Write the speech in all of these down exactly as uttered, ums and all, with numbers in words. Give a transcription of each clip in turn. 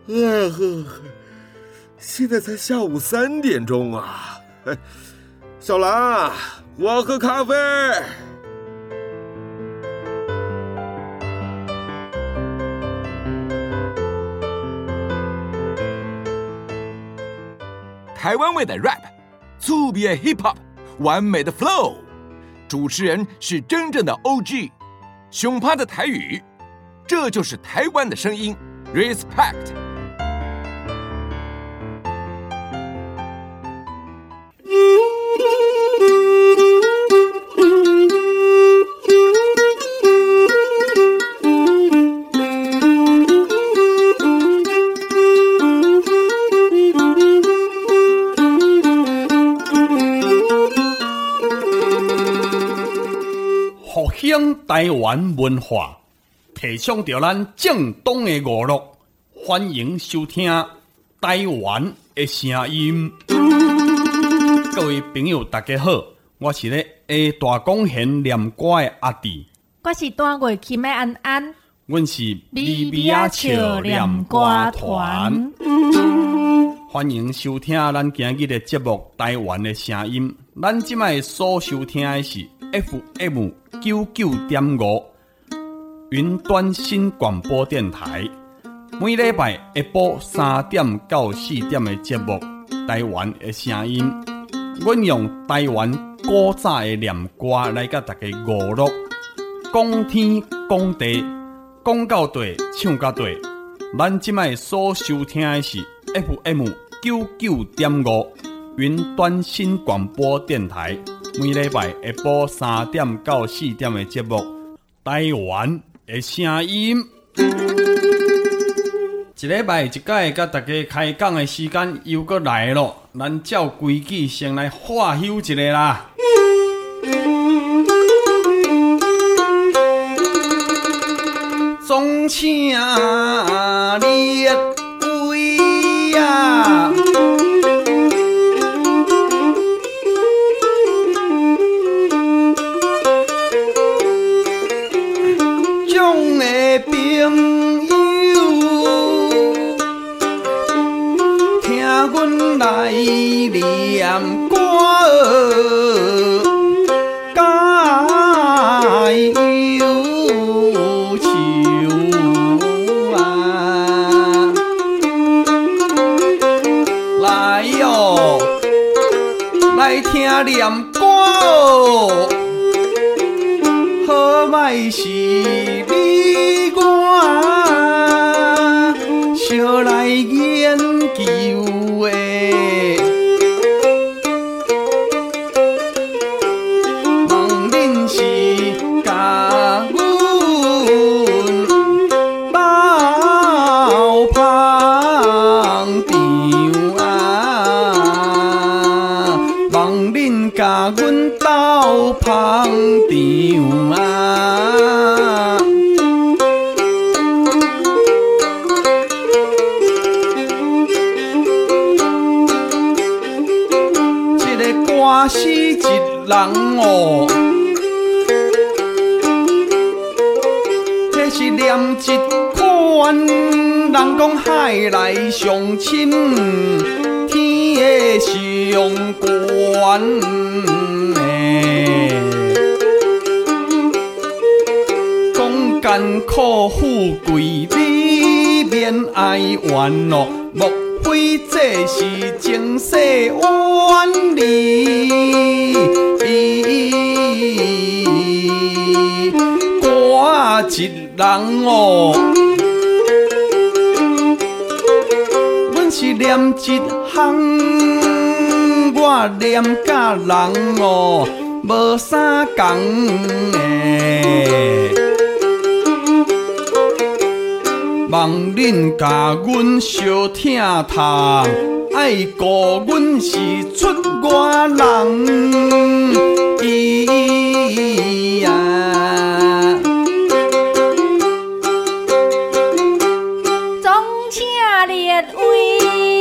呃呵，现在才下午三点钟啊！小兰，我喝咖啡。 台湾味的 rap， 粗鄙的 hip hop， 完美的 flow， 主持人是真正的 O G， 凶趴的台语，这就是台湾的声音 ，respect。 复兴台湾文化，提倡着咱正统的娱乐，欢迎收听台湾的声音。各位朋友，大家好，我是咧下大公园念歌的阿弟， 我是单月琴的安安， 阮是咪咪仔笑念歌团。 欢迎收听咱今日的节目《台湾的声音》。咱即摆所收听的是 F M 九九点五云端新广播电台。每礼拜下晡三点到四点的节目《台湾的声音》，阮用台湾古早的念歌来甲大家娱乐，讲天讲地，讲到地唱到地。咱即摆所收听的是 F M 九九点五云端新广播电台，每礼拜下晡三点到四点的节目《台湾的声音》。一礼拜一改，甲大家开讲的时间又搁来咯，咱照规矩先来话休一下啦。总请列位啊，众的朋友，听阮来念歌，加油唱啊！来哟，来听念歌哦，好歹是你我相来研究的。望恁是甲阮包捧场啊，望恁甲阮斗捧场啊。这个歌是一人哦，这是念一款，人讲海来上深，天的上悬诶。讲艰苦富贵，你免哀怨咯，莫非这是前世冤理？我一人哦，阮是念一项，我念甲人哦，无啥共诶。望恁甲阮相疼痛，爱顾阮是出外人伊呀。 总请列位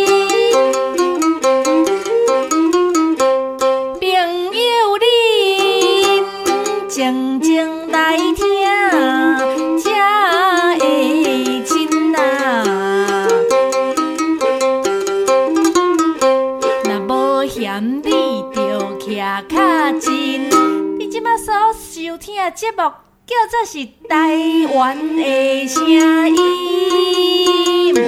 朋友恁静静来听，才会亲啊。 节目叫做是台湾的声音。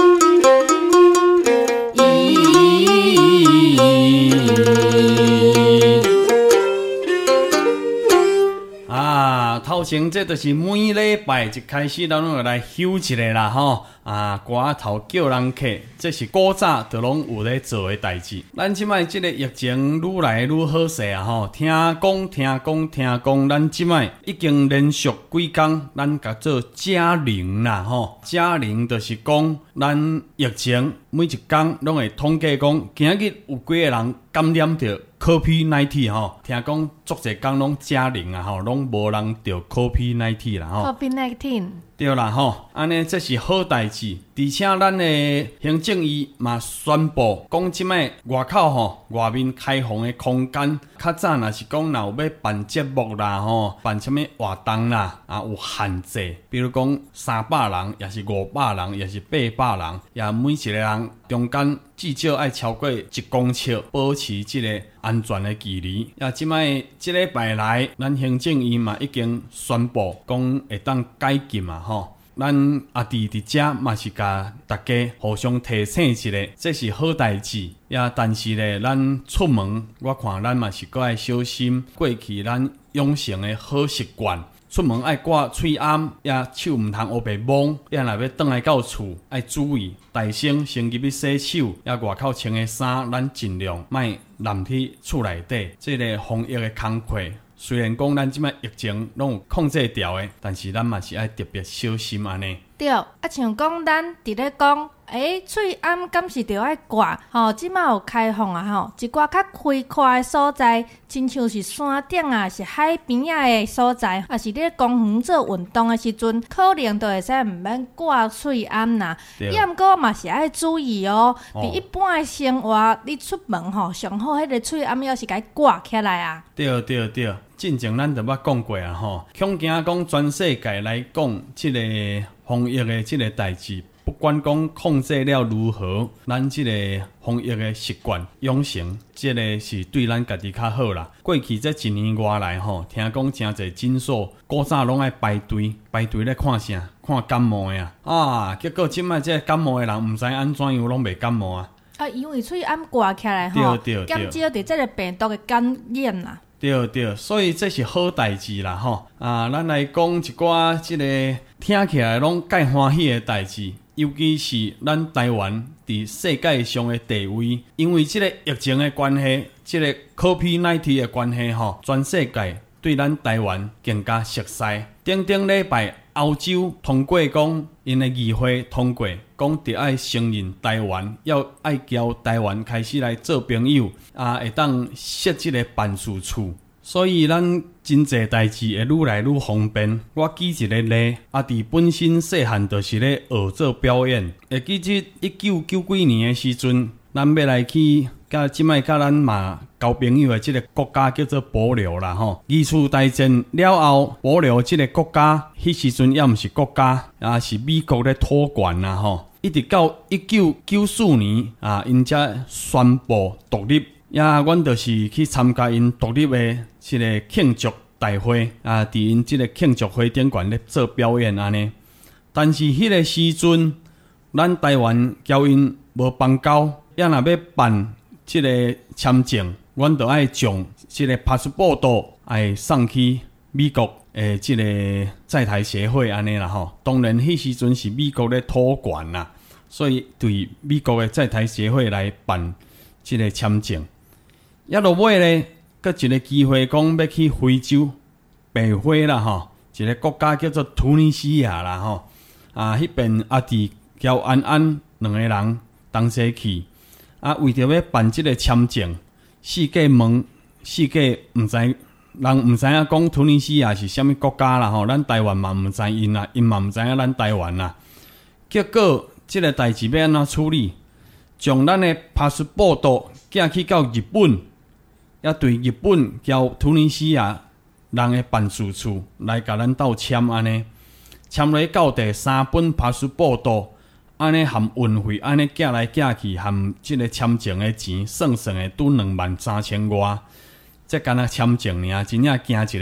啊，头前这就是每礼拜一开始，咱拢来休一下啦吼。啊，歌头叫人客，这是古早就拢有咧做的代志。咱即摆即个疫情愈来愈好势啊吼，听讲听讲听讲，咱即摆已经连续几工，咱甲做加零啦吼。加零就是讲，咱疫情每一工拢会统计讲，今日有几个人感染着 COVID 十九 吼。听讲足侪工拢加零啊吼，拢无人着 COVID 十九 啦吼。 COVID 十九。 对啦吼，安尼这是好代志，而且咱的行政院嘛宣布，讲即摆外口吼外面开放的空间，较早若是讲若有要办节目啦吼，办什么活动啦，啊有限制，比如讲三百人，也是五百人，也是八百人，也每一个人中间至少爱超过一公尺，保持即个安全的距离。也即摆即礼拜来，咱行政院嘛已经宣布讲会当解禁嘛吼。咱阿弟伫遮嘛是甲大家互相提醒一下，这是好代志。也但是咧，咱出门，我看咱嘛是搁爱小心过去咱养成的好习惯。出门爱挂喙掩，也手毋通黑白摸，也若要转来到厝，爱注意大声先入去洗手，也外口穿的衫，咱尽量莫揽去厝内底。这个防疫的工课。虽然讲咱即摆疫情拢有控制掉的，但是咱嘛是爱特别小心安尼。 对，啊像讲咱伫咧讲，诶，喙掩敢是着爱挂吼，即摆有开放啊吼，一寡较开阔的所在，亲像是山顶啊，是海边仔的所在，啊是咧公园做运动的时阵，可能就会使毋免挂喙掩啦。也毋过嘛是爱注意哦，伫、哦、一般的生活，你出门吼，上好迄个喙掩要是甲伊挂起来啊。 对对对。进前咱就捌讲过啊吼，恐惊讲全世界来讲，即个防疫的即个代志，不管讲控制了如何，咱即个防疫的习惯养成，即个是对咱家己较好啦。过去这一年外来吼，听讲真侪诊所，古早拢爱排队，排队咧看啥？看感冒的啊！啊，结果即摆这感冒的人，毋知安怎样拢袂感冒啊！ 啊，因为喙掩挂起来吼，减少伫这个病毒的感染啦。 对对，所以这是好代志啦吼！啊，咱来讲一寡即个听起来拢介欢喜的代志，尤其是咱台湾伫世界上的地位，因为即个疫情的关系，即个 COVID 十九 的关系吼，全世界对咱台湾更加熟悉。顶顶礼拜，欧洲通过讲，因的议会通过讲，得爱承认台湾，要爱交台湾开始来做朋友，啊，会当设即个办事处。所以咱真侪代志会愈来愈方便。我举一个例，阿弟本身细汉就是咧学做表演，会记即一九九几年的时阵，咱要来去。甲即摆甲咱嘛交朋友的即个国家叫做保留啦吼。二次大战了后，保留即个国家，迄时阵也毋是国家，啊是美国咧托管啦吼。一直到一九九四年啊，因才宣布独立。也阮就是去参加因独立的即个庆祝大会啊，伫因即个庆祝会顶悬咧做表演安尼。但是迄个时阵，咱台湾交因无邦交，也若要办。即个签证，阮就爱将即个 passport 爱送去美国诶，即个在台协会安尼啦吼。当然，迄时阵是美国咧托管啦，所以对美国诶在台协会来办即个签证。一落尾咧，搁一个机会讲要去非洲北非啦吼，一个国家叫做突尼西亚啦吼。啊，迄边阿弟交安安两个人同齐去。啊，为着要办即个签证，四界问，四界毋知人毋知影讲突尼西亚是啥物国家啦吼，咱台湾嘛毋知因啦，因嘛毋知影咱台湾啦。结果即个代志要安怎处理？将咱的 passport 寄去到日本，也对日本交突尼西亚人的办事处来甲咱斗签安尼，签落到第三本 passport。安尼含运费，安尼寄来寄去，含即个签证的钱，算算的拄两万三千外。这干那签证尔，真正惊一个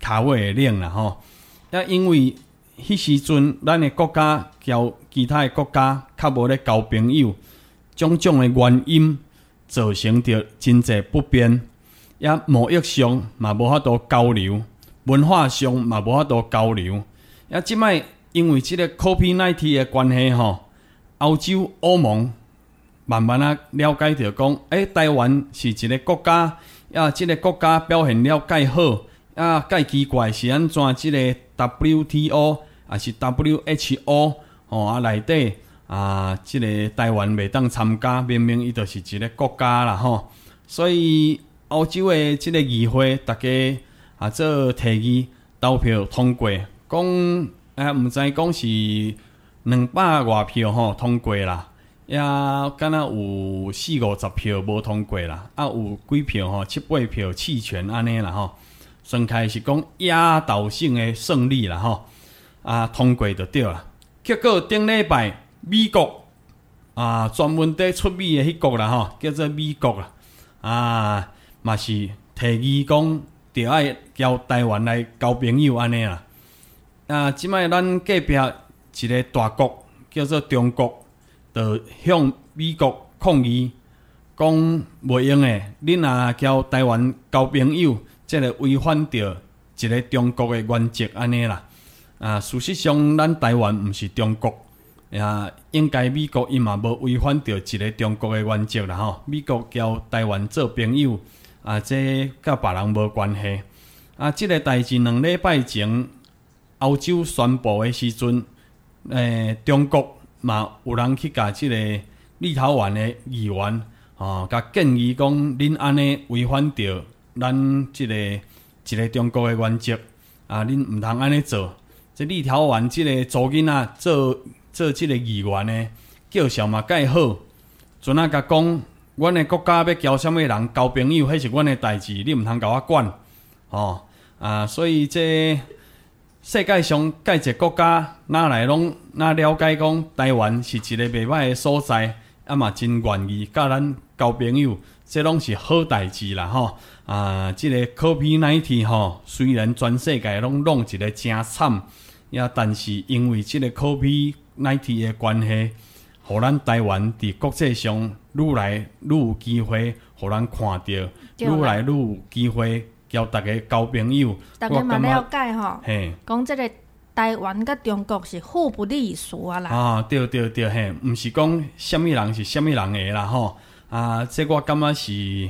骹尾会冷啦吼。也因为迄时阵咱的国家交其他的国家较无咧交朋友，种种的原因造成着真济不便，也贸易上嘛无法度交流，文化上嘛无法度交流。也即摆因为即个 COVID 十九 的关系吼，欧洲欧盟慢慢啊了解着讲，诶，台湾是一个国家，啊，即个国家表现了介好，啊，介奇怪是安怎？即个 W T O 啊是 W H O 吼啊内底啊，即个台湾袂当参加，明明伊就是一个国家啦吼，所以欧洲的即个议会，大家啊做提议投票通过，讲啊毋知讲是两百外票吼通过啦。也敢若有四五十票无通过啦，啊有几票吼七八票弃权安尼啦吼，算开是讲压倒性的胜利啦吼，啊通过就对啦。结果顶礼拜美国啊专门伫出米的迄国啦吼，叫做美国啦，啊嘛是提议讲着爱交台湾来交朋友安尼啦。啊，即摆咱隔壁一个大国叫做中国。就向美國抗議，講袂用诶，恁若交台灣交朋友，即個違反着一個中國诶原則安尼啦。啊，事實上，咱台灣毋是中國，啊，應該美國伊嘛無違反着一個中國诶原則啦吼。美國交台灣做朋友，啊，這甲別人無關係。啊，即、這個代志兩禮拜前，歐洲宣布诶時陣，誒、欸，中國。嘛有人去甲即个立陶宛的議員，吼，甲建議講，恁安尼違反着咱即個一個中國的原則，啊，恁毋通安尼做。即立陶宛即個祖囡仔做做即個議員的叫小嘛介好，陣啊甲講，阮的國家要交啥物人交朋友，迄是阮的代志，你毋通甲我管，吼，啊，所以即。世界上介一個國家，哪來攏哪了解講台灣是一個袂歹的所在，啊嘛真願意甲咱交朋友，這攏是好代志啦吼。啊，即、這個 COVID 十九 吼，雖然全世界攏弄一個真慘，也但是因為即個 COVID 十九 的關係，互咱台灣佇國際上愈來愈有機會，互咱看到，愈來愈有機會。交大家交朋友， 大家嘛了解吼，講即個台灣甲中國是互不隸屬啊啦。啊， 對對對，嘿，毋是講啥物人是啥物人的啦吼。啊，這我感覺是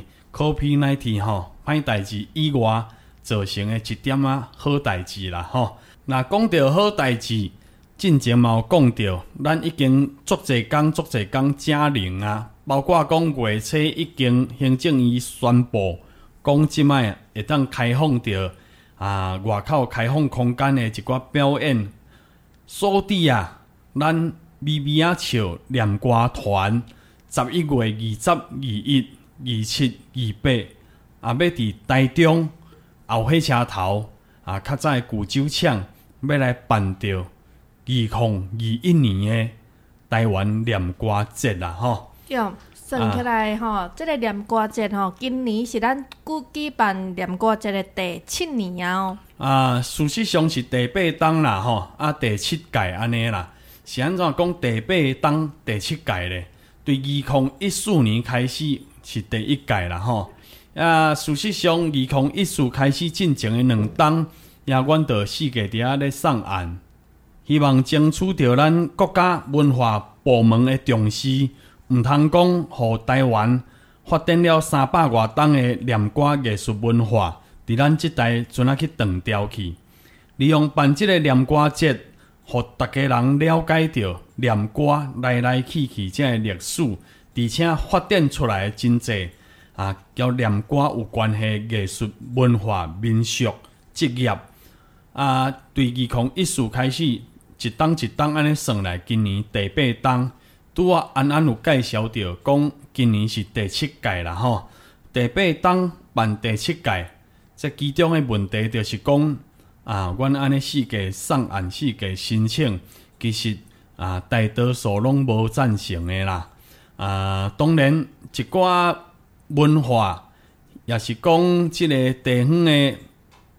COVID 十九 吼，歹代志以外造成的一點啊好代志啦吼。那講到好代志，之前嘛有講到，咱已經足濟工足濟工正零啊，包括講月初已經行政院宣布。講即擺會當開放着啊，外口開放空間的一寡表演，所以啊，咱咪咪仔笑念歌團十一月二十、二一、二七、二八，啊，要佇台中後火車頭啊，較早舊酒廠要來辦着二零二一年的台灣念歌節啦，吼。 算起來吼，啊，這個念歌節吼，今年是咱舉舉辦念歌節的第七年啊！ 啊，事實上是第八檔啦吼，啊第七屆安尼啦，是安怎講第八檔第七屆咧？對，二零一四年開始是第一屆啦吼。啊，事實上二零一四開始進前的兩檔，也阮着四個佇遐咧送案，希望爭取到咱國家文化部門的重視。毋通講，互台灣發展了三百外檔的念歌藝術文化，佇咱即代陣仔去斷掉去。利用辦即個念歌節，互大家人了解到念歌來來去去這個歷史，而且發展出來真濟啊，交念歌有關係藝術文化民俗職業啊。對二零一四開始，一檔一檔安尼算來，今年第八檔。拄啊，安安有介紹到，講今年是第七屆啦吼，第八檔辦第七屆，這其中的問題就是講啊，阮安尼四個送案四個申請，其實啊大多數攏無贊成的啦。啊，當然一寡文化，也是講即個地方的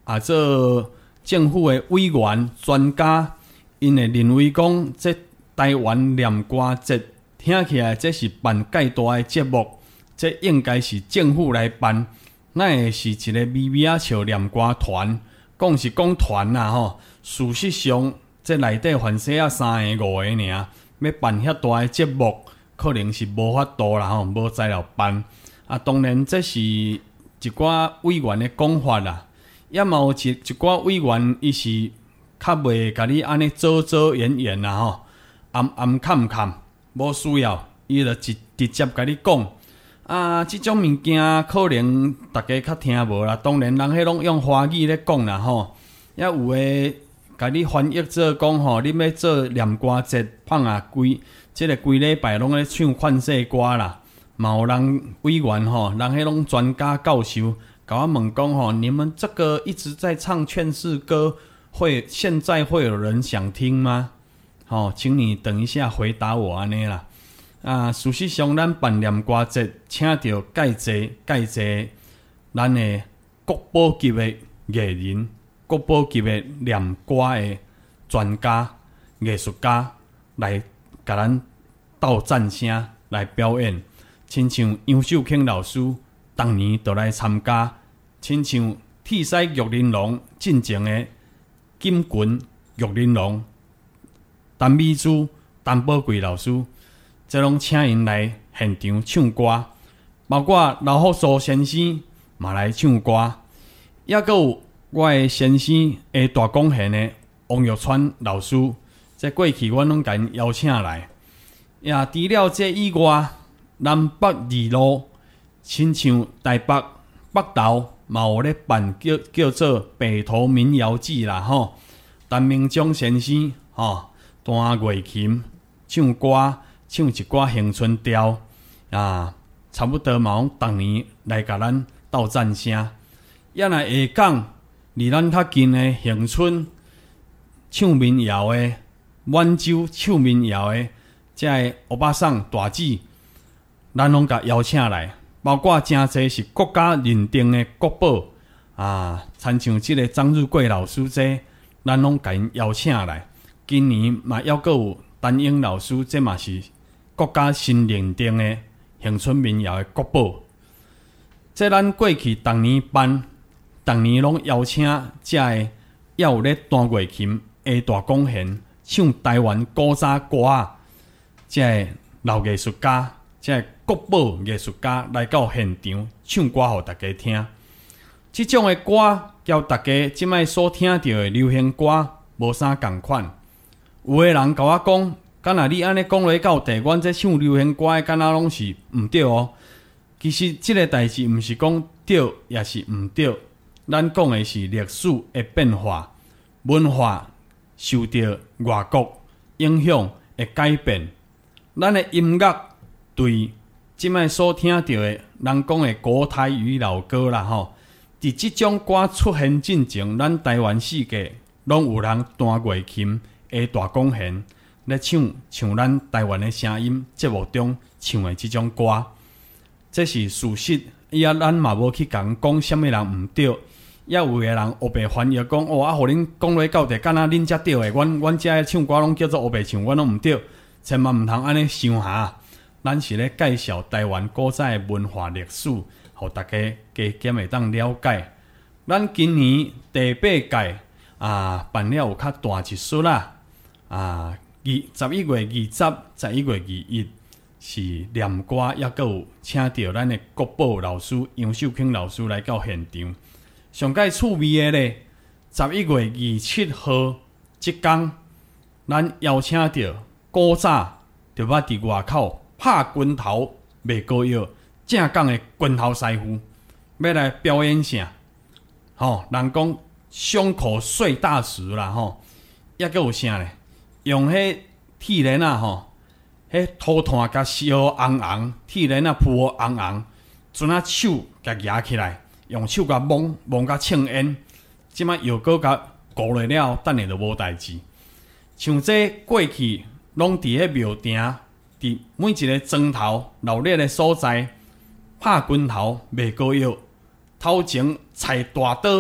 啊，做政府的委员专家，因会认为讲，这台湾念歌节听起来这是办介大的节目，这应该是政府来办，哪会是一个咪咪仔笑念歌团？讲是讲团啦吼，事实上这内底凡细啊三个五个尔，要办遐大的节目，可能是无法度啦吼，无材料办。啊，当然这是一寡委员的讲法啦。也嘛有一一寡委员，伊是较袂甲你安尼遮遮掩掩啦吼，暗暗看看，无需要，伊就直直接甲你讲。啊，即种物件可能大家较听无啦。当然，人迄拢用华语咧讲啦吼，也有诶甲你翻译做讲吼，你要做念歌节，放啊规即个规礼拜拢咧唱劝世歌啦。嘛有人委员吼，人迄拢专家教授。甲我问讲吼，你们这个一直在唱劝世歌，会现在会有人想听吗？好、哦，请你等一下回答我安尼啦。啊，事实上，咱办念歌节，请到介济介济咱的国宝级的艺人、国宝级的念歌的专家、艺术家来甲咱斗赞声来表演，亲像杨秀卿老师。当年就来参加，亲像铁狮玉玲珑进前的金群玉玲珑、陈美珠、陈宝贵老师，这拢请因来现场唱歌，包括老福苏先生嘛来唱歌，也阁有我的先生下大贡献的王玉川老师，这过去阮拢甲因邀请来。也除了这以外，南北二路。亲像台北北投嘛有咧办叫叫做北投民谣季啦吼，陈明忠先生吼弹乐琴、唱歌、唱一寡乡村调啊，差不多嘛，逐年来甲咱斗赞声。也若下港离咱较近的乡村唱民谣的、满洲唱民谣的，即个欧巴桑大姊，咱拢甲邀请来。包括真侪是国家认定的国宝啊，参像即个张日贵老师这，咱拢甲因邀请来。今年嘛，还阁有陈英老师，这嘛是国家新认定的乡村民谣的国宝。这咱过去逐年办，逐年拢邀请这个也有咧弹乐琴、下大贡献、唱台湾古早歌啊，这个老艺术家。即个国宝艺术家来到现场唱歌，互大家听。即种的歌，交大家即摆所听到的流行歌无啥共款。有个人甲我讲，敢若你安尼讲落到地，阮这唱流行歌的，敢若拢是毋对哦。其实即个代志毋是讲对，也是毋对。咱讲的是历史的变化，文化受到外国影响的改变。咱的音乐。对，即摆所听到的人讲的国台语老歌啦吼，伫即种歌出现进前，咱台湾世界拢有人弹乐琴、下大贡献咧唱像咱台湾的声音节目中唱的即种歌，这是事实。伊啊，咱嘛无去讲讲什么人毋对，也有个人黑白翻译讲哦，啊，互恁讲落到底，敢若恁才对的，阮阮遮唱歌拢叫做黑白唱，阮拢毋对，千万毋通安尼想下。咱是咧介绍台湾古早的文化历史，互大家加减会当了解。咱今年第八届啊办了有较大一出啦，啊二十一月二十、十一月二一是念歌，也阁有请到咱的国宝老师杨秀卿老师来到现场。上界趣味的咧，十一月二七号即天，咱邀请到古早就捌伫外口。拍拳头卖膏药，正港的拳头师傅要来表演啥？吼、哦，人讲胸口碎大石啦吼，抑阁有啥咧？用迄铁链啊吼，迄涂炭甲烧红红，铁链啊铺红红，阵啊手甲夹起来，用手甲摸摸甲呛烟，即摆药膏甲糊落了，等下就无代志。像这过去拢伫迄庙埕。伫每一个庄头闹热的所在，拍拳头卖膏药，头前菜大刀，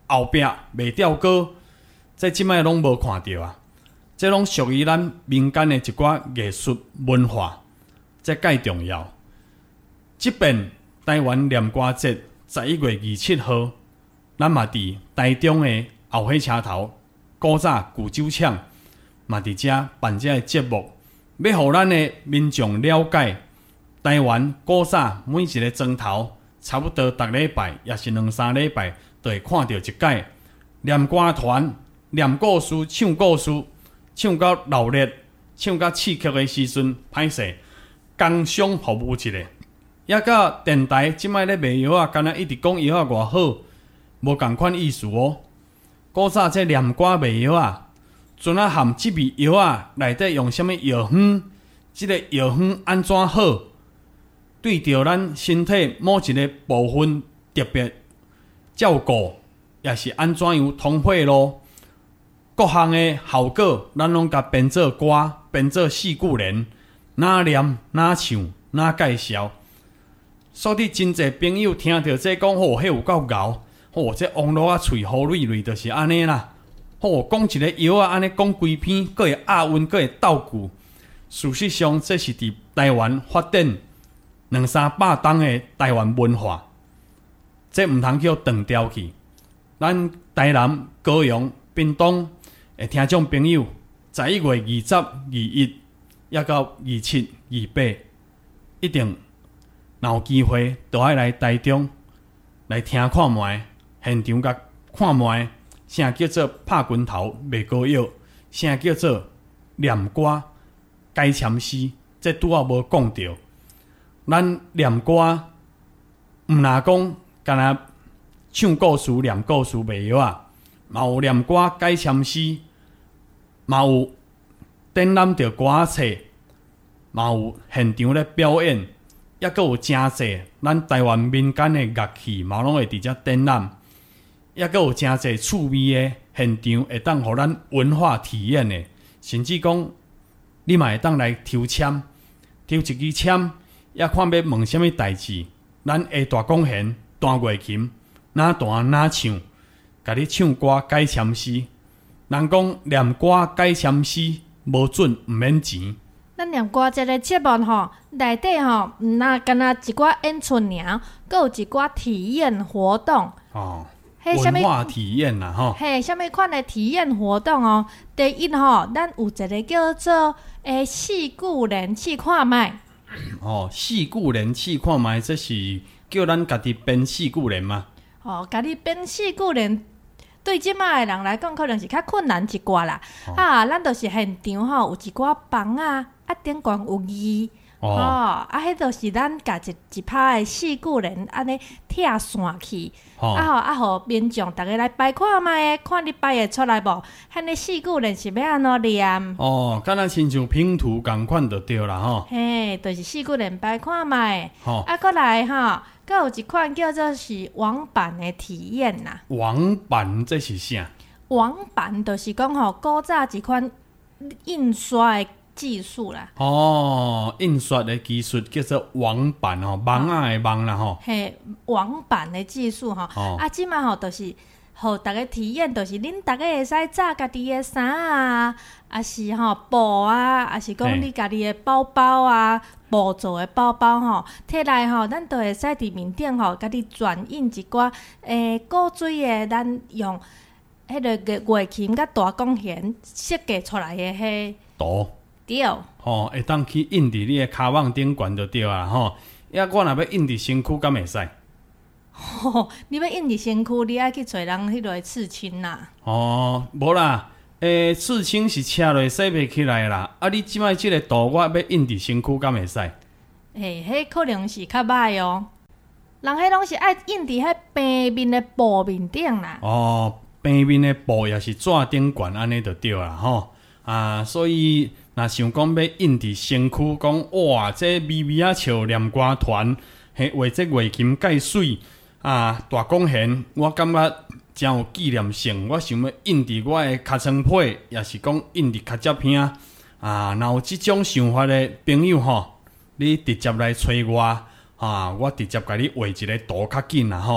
后壁卖吊钩，这即摆拢无看到啊。这拢属于咱民间的一寡艺术文化，这介重要。即便台湾念歌节十一月二十七号，咱嘛伫台中的后火车头古早旧酒厂，嘛伫遮办这个节目，要互咱的民众了解台湾古早每一个庄头，差不多逐礼拜也是两三礼拜，就会看到一届念歌团念故事、唱故事。唱到热烈，唱到刺激的时阵，歹势工商服务一下。也甲电台即摆咧卖药啊，敢若一直讲药啊偌好，无共款意思哦。古早这念歌卖药啊，阵啊含即味药啊内底用什么药方？即、这个药方安怎好？对着咱身体某一个部分特别照顾，也是安怎样通血咯？各项的效果，咱拢甲编做歌，编做四句联，哪念哪唱哪介绍。所以真侪朋友听到这讲，吼、哦，迄有够牛，吼、哦，这网络啊喙好蕊蕊，就是安尼啦。吼、哦，讲一个药啊，安尼讲规篇，佫会押韵，佫会倒句。事实上，这是伫台湾发展两三百档的台湾文化，这毋通叫断掉去。咱台南、高雄、屏东。诶，听众朋友，十一月二十、二一，也到二七、二八，一定若有机会，都爱来台中来听看卖，现场甲看卖，啥叫做拍拳头卖膏药，啥叫做念歌改签诗，这拄仔无讲到。咱念歌毋若讲干若唱故事、念故事卖药啊，嘛有念歌改签诗。嘛有展览着歌册，嘛有现场咧表演，也佫有真侪咱台湾民间的乐器，嘛拢会伫遮展览，也佫有真侪趣味的现场，会当互咱文化体验的，甚至讲你嘛会当来抽签，抽一支签，也看要问什么代志，咱下大讲弦、弹乐琴，哪弹哪唱，甲你唱歌改签诗。人讲念歌改签诗无准毋免钱。 咱念歌这个节目吼，内底吼毋那干那一寡演出尔，佫有一寡体验活动。 哦，文化体验啦吼。 嘿，什么款的体验活动哦？第一吼，咱有一个叫做诶四句联试看卖。 哦，四句联试看卖，这是叫咱家己编四句联吗？ 哦，家己编四句联。对即卖的人来讲，可能是较困难一寡啦。哦、啊，咱就是现场吼，有一寡房啊，啊顶悬有字，哦，啊，迄就是咱家一一拍的四句联，安尼拆线去，哦、啊吼啊，互民众逐个来摆看卖的，看你摆会出来无？迄个四句联是要安怎念？ 哦，敢若亲像拼图共款就对啦吼。 嘿，就是四句联摆看卖，哦、啊，过来吼。佮有一款叫做是网版的体验啦。 网版这是啥？ 网版就是讲吼，古早一款印刷的技术啦。 哦，印刷的技术叫做网版吼，网仔的网啦吼。 嘿，网版的技术吼，哦、啊，即卖吼就是互大家体验，就是恁大家会使炸家己的衫啊，啊是吼布啊，啊是讲你家己的包包啊。布做的包包吼，摕来吼，咱都会使伫面顶吼，家己转印一寡诶古水的，咱用迄个乐琴甲大弓弦设计出来的迄图。 对。 吼，会当去印伫你的骹网顶悬就对啊吼。呀，我若要印伫身躯，敢会使？ 吼，你要印伫身躯，你爱去找人迄落刺青啦。 哦，无啦。诶，刺青是车落洗袂起来啦。啊，你即摆即个图，我要印伫身躯，敢会使？ 诶，迄可能是较歹哦。人迄拢是爱印伫迄平面的布面顶啦。 哦，平面的布也是纸顶悬，安尼就对啦吼。啊，所以若想讲要印伫身躯，讲哇，这微微啊笑念歌团，嘿，画这乐琴介水啊，大弓弦，我感觉。真有纪念性，我想要印伫我的尻川皮，也是讲印伫脚趾片啊。若有即种想法的朋友吼，你直接来找我啊，我直接甲你画一个图较紧啦吼。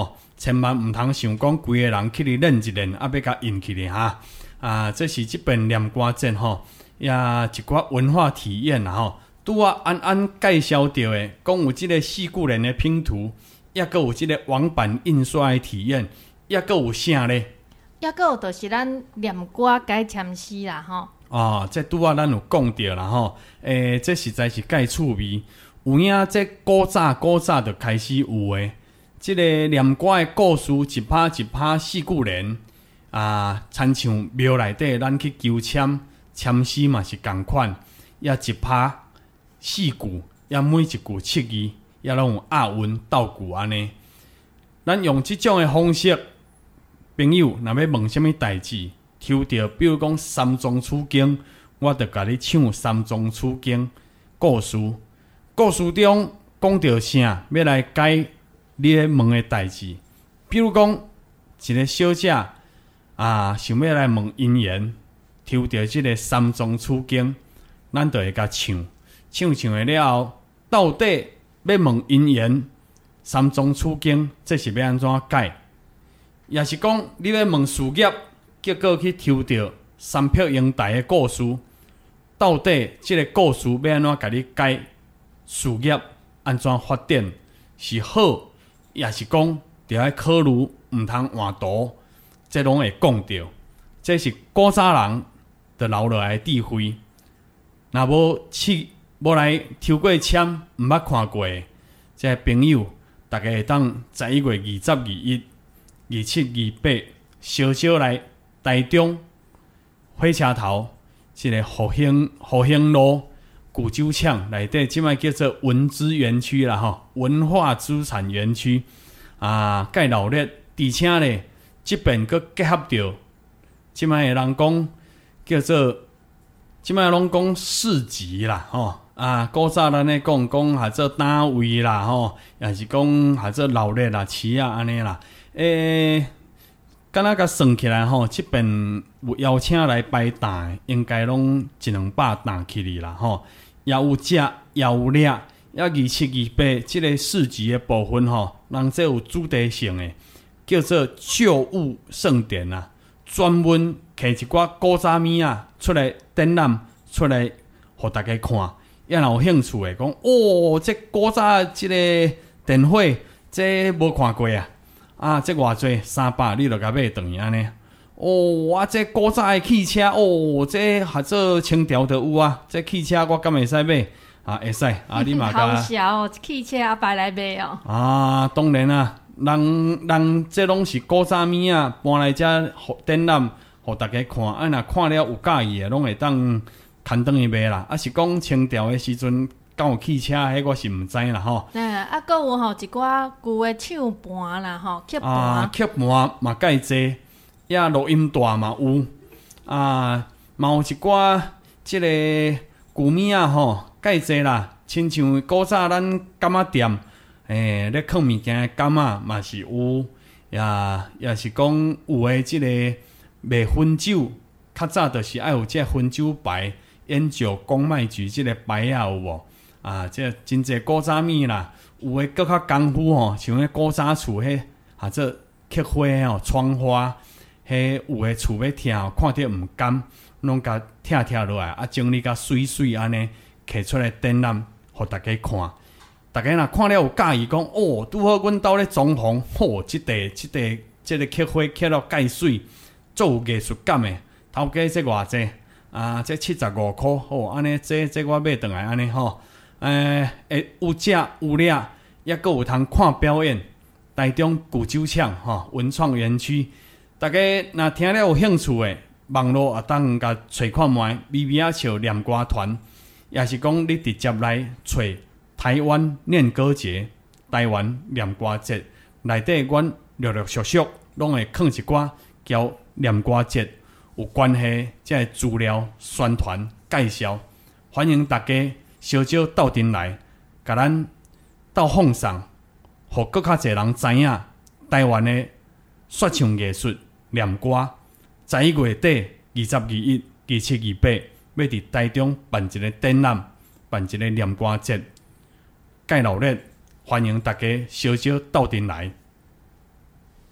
千万毋通想讲规个人去哩练一练，啊，要甲引起哩哈。啊，这是即边念歌节吼，也一寡文化体验啦吼。拄啊安安介绍到的，讲有即个四句联的拼图，也佫有即个网版印刷的体验，也佫有啥咧？ 也佫有就是咱念歌改签诗啦吼。 哦，这拄啊咱有讲到啦吼，诶，这实在是介趣味。有影这古早古早就开始有诶，即、这个念歌的故事一拍一拍四句联啊，亲像庙内底咱去求签签诗嘛是共款，也一拍四句，也每一句七字，也拢有押韵倒句安尼。咱用即种的方式，朋友若要问啥物代志，抽到比如讲三宗楚经，我就甲你唱三宗楚经故事。故事中讲到啥，要来解你咧问的代志。比如讲，一个小姐啊，想要来问姻缘，抽到即个三宗楚经，咱就会甲唱，唱唱的了后，到底要问姻缘，三宗楚经，这是要安怎解？也是讲你要问事业，结果去抽到三匹英台的故事，到底即个故事要安怎甲你解？事业安怎发展是好，也是讲着爱考虑，毋通换图，这拢会讲到。这是古早人的留落来的智慧。若无去无来抽过签，毋捌看过的，这朋友，大家会当十一月二十、二一、二七、二八，小小来台中火车头，即、这个复兴复兴路。古酒厂内底即摆叫做文资园区啦吼，文化资产园区啊，介热闹，而且咧，即边佫结合着即摆的人讲叫做即摆拢讲市集啦吼啊，古早咱咧讲讲还做单位啦吼，也是讲还做热闹啦、市啊安尼啦，诶。敢若甲算起来吼，即边有邀请来摆档，应该拢一两百档起哩啦吼。也有食，也有掠，也二七二八，即个市集的部分吼，人这有主题性的，叫做旧物盛典啊，专门摕一寡古早物啊出来展览，出来互大家看。也若有兴趣的讲，哦，这古早即个电火，这无看过啊。啊，这偌济三百，你著甲买转去安尼。哦，啊，这古早的汽车，哦，这合做清朝就有啊。这汽车我敢会使买啊？会使啊，你嘛甲。 好笑哦，汽车阿爸来买哦。 啊，当然啊，人人这拢是古早物啊，搬来遮展览，互大家看。啊，若看了有介意的，拢会当牵转去买啦。啊，是讲清朝的时阵。敢有汽车，迄我是毋知啦吼。 哎，啊，搁有吼一寡旧的唱盘啦吼，曲盘。 啊，曲盘嘛介济，也录音带嘛有。啊，嘛有一寡即个旧物啊吼，介济啦。亲像古早咱柑仔店，诶，咧放物件的柑仔嘛是有，也也是讲有诶即个卖薰酒，较早就是爱有即个薰酒牌，烟酒公卖局即个牌啊有无？啊，这真济古早物啦，有诶搁较功夫吼，像迄古早厝迄，或者刻花吼、窗花，迄有诶厝要拆吼，看着毋甘，拢甲拆拆落来，啊，整理甲水水安尼，摕出来展览，互大家看。大家若看了有介意，讲哦，拄好阮兜咧装潢，吼，即地即地即个刻花刻了介水，做有艺术感诶，头家这偌济啊，这七十五箍，吼，安尼这这我买转来安尼吼。诶，会有食有掠，也阁有通看表演。台中古酒厂吼文创园区，大家若听了有兴趣诶，网络也当甲找看觅，微微仔笑念歌团，也是讲你直接来找台湾念歌节、台湾念歌节内底，阮陆陆续续拢会放一寡交念歌节有关系即个资料宣传介绍，欢迎大家。小少斗阵来，甲咱斗放送，互更较侪人知影台湾的说唱艺术、念歌。十一月底二十二一、二七、二八，要伫台中办一个展览，办一个念歌节，介热闹，欢迎大家小少斗阵来。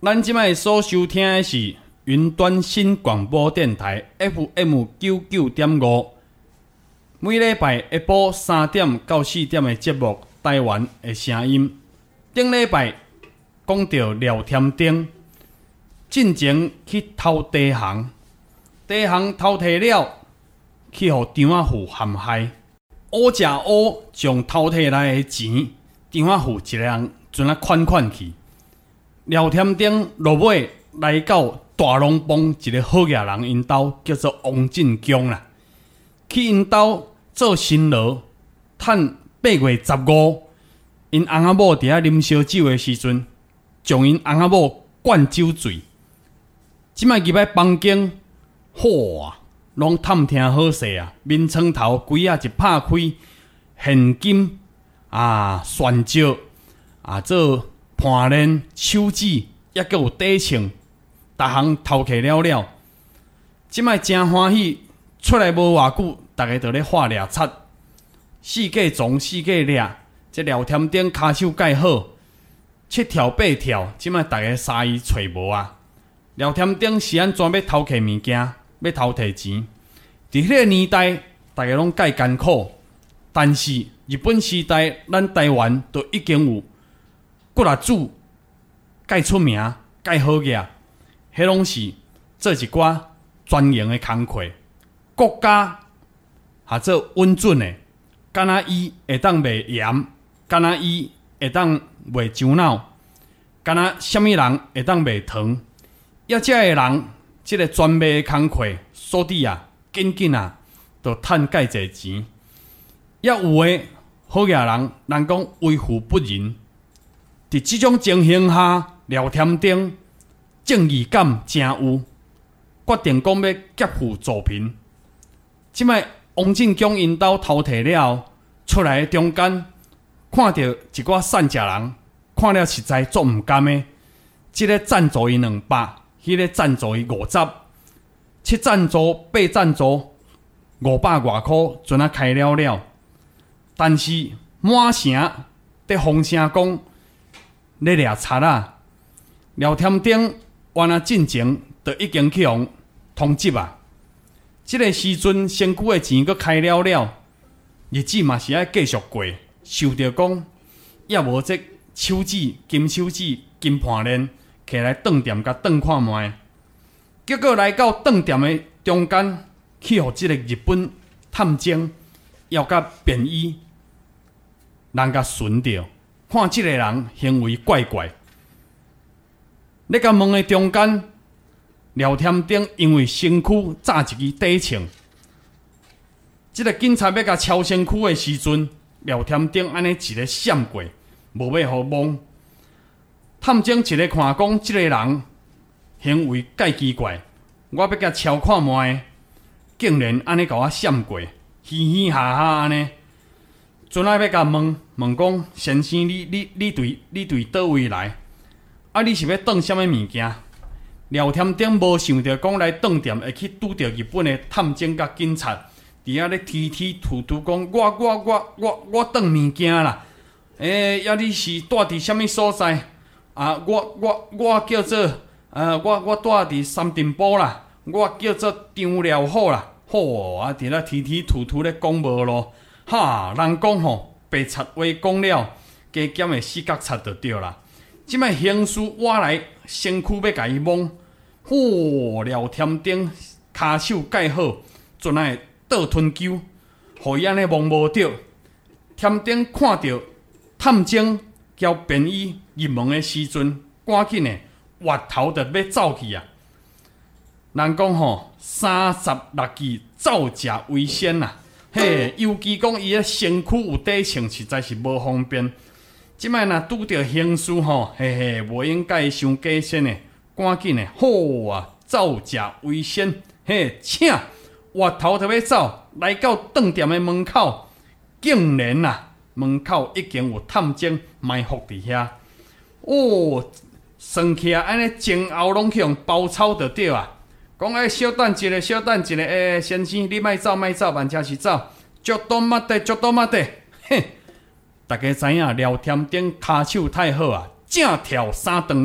咱即摆所收听的是云端新广播电台 F M 九九点五，每礼拜下晡三点到四点的节目《台湾的声音》。顶礼拜讲到廖添丁进前去偷地行，地行偷摕了，去互张仔富陷害。乌食乌将偷摕来的钱，张仔富一个人准啊款款去。廖添丁落尾来到大龙帮一个好野人因兜，叫做王进强啦。去因兜做新郎，趁八月十五，因翁仔某伫遐啉烧酒的时阵，将因翁仔某灌酒醉。即摆入来房间，哇，拢探听好势啊！面床头柜啊一拍开，现金啊、旋石啊、做盘链、手指，也阁有底穿，逐项偷摕了了。即摆真欢喜，出来无偌久，逐个就咧画掠贼，四界撞，四界掠。这廖添丁骹手盖好，七跳八跳，即摆逐个杀伊找无啊！廖添丁是安怎要偷摕物件，要偷摕钱？伫迄个年代，大家拢介艰苦，但是日本时代，咱台湾都已经有骨力主介出名、介好个，迄拢是做一寡专营的工课，国家也做稳准的，敢若伊会当卖盐，敢若伊会当卖樟脑，敢若什么人会当卖糖，要遮个人，即、这个专卖的工课，所以啊。紧紧啊，就趁介济钱。也有诶好野人，人讲为富不仁。伫即种情形下，廖添丁正义感真有，决定讲要劫富济贫。即摆王进强因兜偷摕了，出来中间看到一寡善食人，看了实在足毋甘诶。即、这个赞助伊两百，迄、那个赞助伊五十。七赞助、八赞助，五百外箍，准啊开了了。但是满城在风声讲，咧掠贼啊！廖添丁原来进前就已经去互通缉啊。即、这个时阵，身躯的钱阁开了了，日子嘛是爱继续过。想着讲，也无这手指、金手指、金盘链，摕来顿店甲顿看卖。结果来到饭店的中间，去互即个日本探监要甲便衣，人甲寻着，看即个人行为怪怪。咧甲问的中间，廖添丁因为身躯炸一支底穿，即个警察要甲敲身躯的时阵，廖添丁安尼一个闪过，无要互摸。探监一个看讲，即个人。行为介奇怪，我要甲超看卖，竟然安尼甲我闪过，嘻嘻哈哈安尼。阵来要甲问问讲，先生，你你你对你对倒位来？啊，你是要转什么物件？廖添丁无想着讲来饭店会去拄着日本的探监甲警察，伫遐咧提提吐吐讲，我我我我我转物件啦。诶、欸，呀，你是住伫什么所在？啊，我我我叫做。呃，我我住伫三镇堡啦，我叫做张廖虎啦，吼啊，伫咧提提吐吐咧讲无咯，哈，人讲吼，白贼话讲了，加减的四角贼就对啦。即摆刑事我来身躯要甲伊摸，吼，廖添丁骹手盖好，准来倒吞球，互伊安尼摸无着。添丁看到探监交便衣入门的时阵，赶紧的。滑头就要走去啊！人讲吼，三十六计，造假为先呐、啊。嘿，尤其讲伊个身躯有底穿，实在是无方便。即摆若拄着刑事吼，嘿嘿，无应该伤假先的，赶紧的，好啊，造假为先。嘿，请滑头就要走，来到饭店的门口，竟然呐、啊，门口已经有探监埋伏伫遐。哦。算起啊，安尼前后拢去用包抄就对啊。讲哎，小等一下，小等一下，诶、欸，先生，你莫走，莫走，万车是走，足多马的，足多马的，嘿！大家知影廖添丁骹手太好啊，正跳三段落，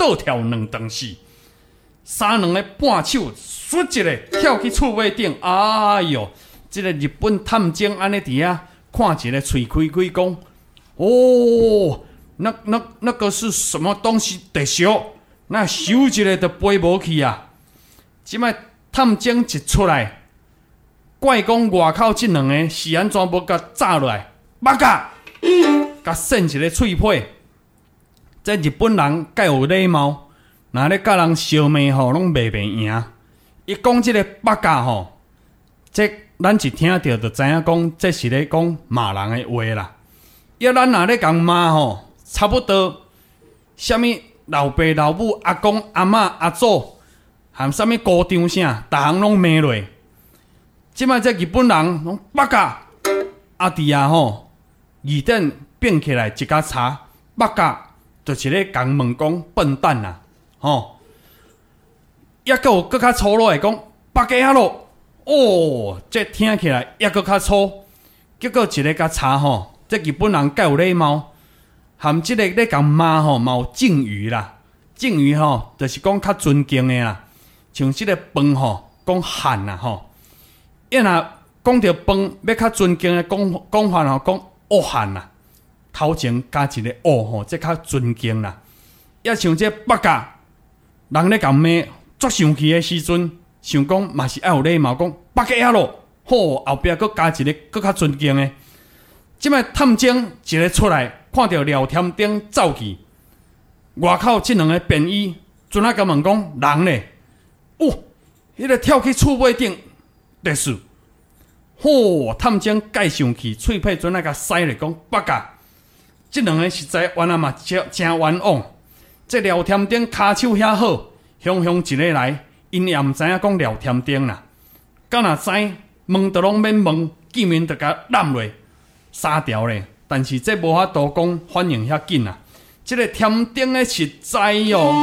倒跳两顿死。三两个半手唰一个跳去厝尾顶，哎哟！这个日本探监安尼伫遐看一个嘴开开讲：“哦，那那那个是什么东西得烧？那烧一个就飞无去啊！”即摆探监一出来，怪讲外口这两个是安怎要甲炸落来？八甲，甲扇一个喙皮。这日本人介有礼貌。若咧甲人相骂吼，拢袂袂赢。伊讲即个八甲吼，这咱一听到就知影讲，这是咧讲骂人的话啦。要咱若咧共骂吼，差不多，啥物老爸老母、阿公阿嬷阿祖，含啥物高张啥，逐项拢骂落。即摆这日本人拢八甲，阿弟啊吼，二等变起来一甲叉，八甲就是咧共问讲笨蛋啦。吼，抑个有搁较粗鲁的讲八家啊咯，哦，这听起来抑个较粗。结果一个甲查吼，这日本人介有礼貌，含即个咧共骂吼，嘛有敬语啦。敬语吼，就是讲较尊敬的啦。像即个饭吼，讲汉啦吼。伊若讲着饭要较尊敬的讲讲法吼，讲哦汉啦。头前加一个哦吼，这较尊敬啦。也像这八家。人咧共骂，足生气的时阵，想讲嘛是爱有礼貌，讲八家啊咯，好后壁佫加一个佫较尊敬的。即摆探监一个出来，看到廖添丁走去，外口即两个便衣，阵仔甲问讲人咧，哦，迄个跳去厝尾顶，得是，好探监介生气，喙皮阵仔甲塞咧讲八家，即两个实在原来嘛真真冤枉。这廖添丁骹手遐好，雄雄一个来，因也毋知影讲廖添丁啦。敢若知问都拢免问，见面就甲揽落杀掉咧。但是这无法度讲反应遐紧啊。这个添丁的实在哦，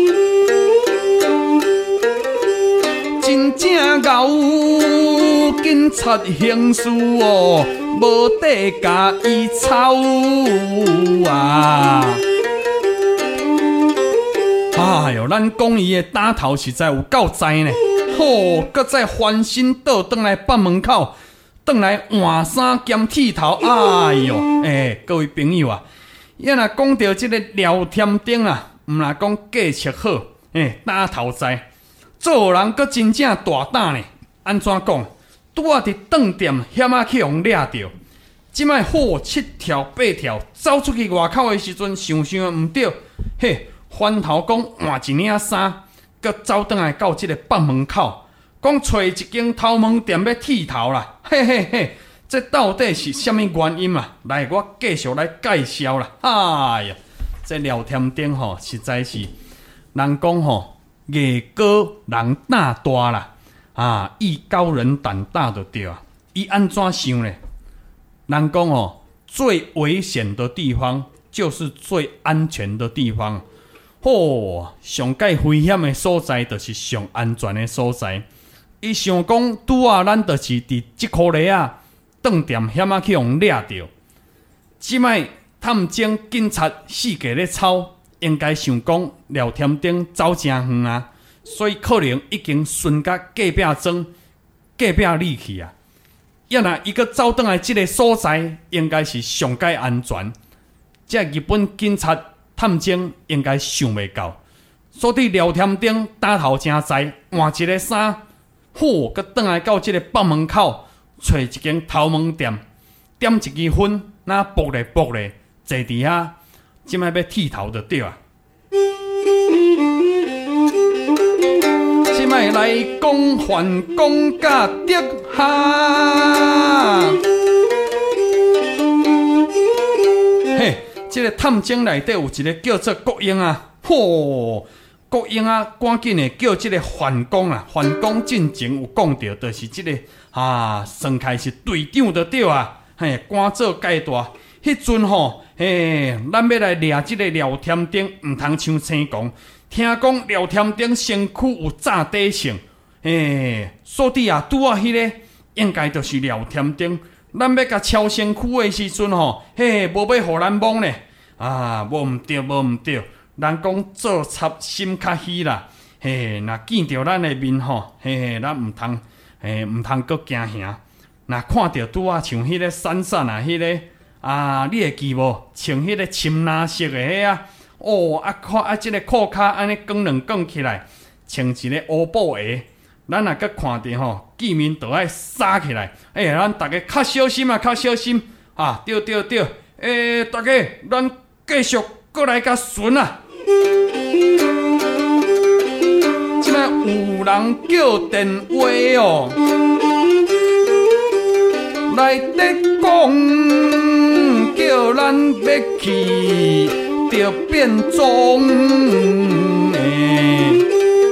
真正咬警察刑事哦，无得甲伊吵啊！哎哟，咱讲伊的打头实在有够栽呢！吼，搁再翻身倒转来北门口，转来换衫兼剃头。哎哟，诶、欸，各位朋友啊，要若讲到这个廖添丁啊，毋若讲计策好，诶、欸，打头栽，做人搁真正大胆呢。安怎讲？拄啊伫饭店险啊去互掠着，即摆好七条八条走出去外口的时阵，想想毋对，嘿。翻头讲换一领衫，佮走转来到即个北门口，讲找一间头毛店要剃头啦，嘿嘿嘿，这到底是啥物原因啊？来，我继续来介绍啦。哎呀，这廖添丁吼，实在是人讲吼，艺高人胆大啦，啊，艺高人胆大就对啊。伊安怎想呢？人讲吼，最危险的地方就是最安全的地方。哦，上介危险的所在，就是上安全的所在。伊想讲，拄啊，咱就是伫即箍犁啊，饭店险啊去互掠着。即摆探监警察四界咧抄，应该想讲廖添丁走真远啊，所以可能已经顺甲隔壁庄、隔壁里去啊。要若伊个走倒来即个所在，应该是上界安全。这日本警察。探监应该想袂到，所以廖添丁打头真栽，换一个衫，好，佮转来到即个北门口，找一间头毛店，点一支烟，那卜咧卜咧，坐伫遐，即摆要剃头就对啊。即摆来讲还讲甲德下，嘿。这个探监内底有一个叫做国英啊，吼，国英啊，赶紧的叫这个范公啊，范公进前有讲到，就是这个啊，算开是队长就对啊，嘿，赶做介大，迄阵吼，嘿，咱要来掠这个廖添丁，唔通像青讲，听讲廖添丁身躯有炸底性，嘿，所以啊，拄啊迄个应该就是廖添丁。咱要甲超身躯的时阵吼，嘿，无要互咱摸呢，啊，无毋对，无毋对， 人讲做插心较虚啦，嘿，若见着咱的面吼，嘿嘿，咱毋通，嘿，毋通阁惊吓。若看着拄啊，像迄个闪闪啊，迄、那个啊，你会记无？穿迄个深蓝色的迄啊，哦，啊看啊，即、這个裤骹安尼卷两卷起来，穿一个乌布鞋。咱若阁看着吼，见面就爱撒起来。哎、欸，咱大家较小心啊，较小心啊！对对对，诶、欸，大家咱继续过来甲巡啊！即摆有人叫电话哦，来得讲叫咱要去，就变装诶。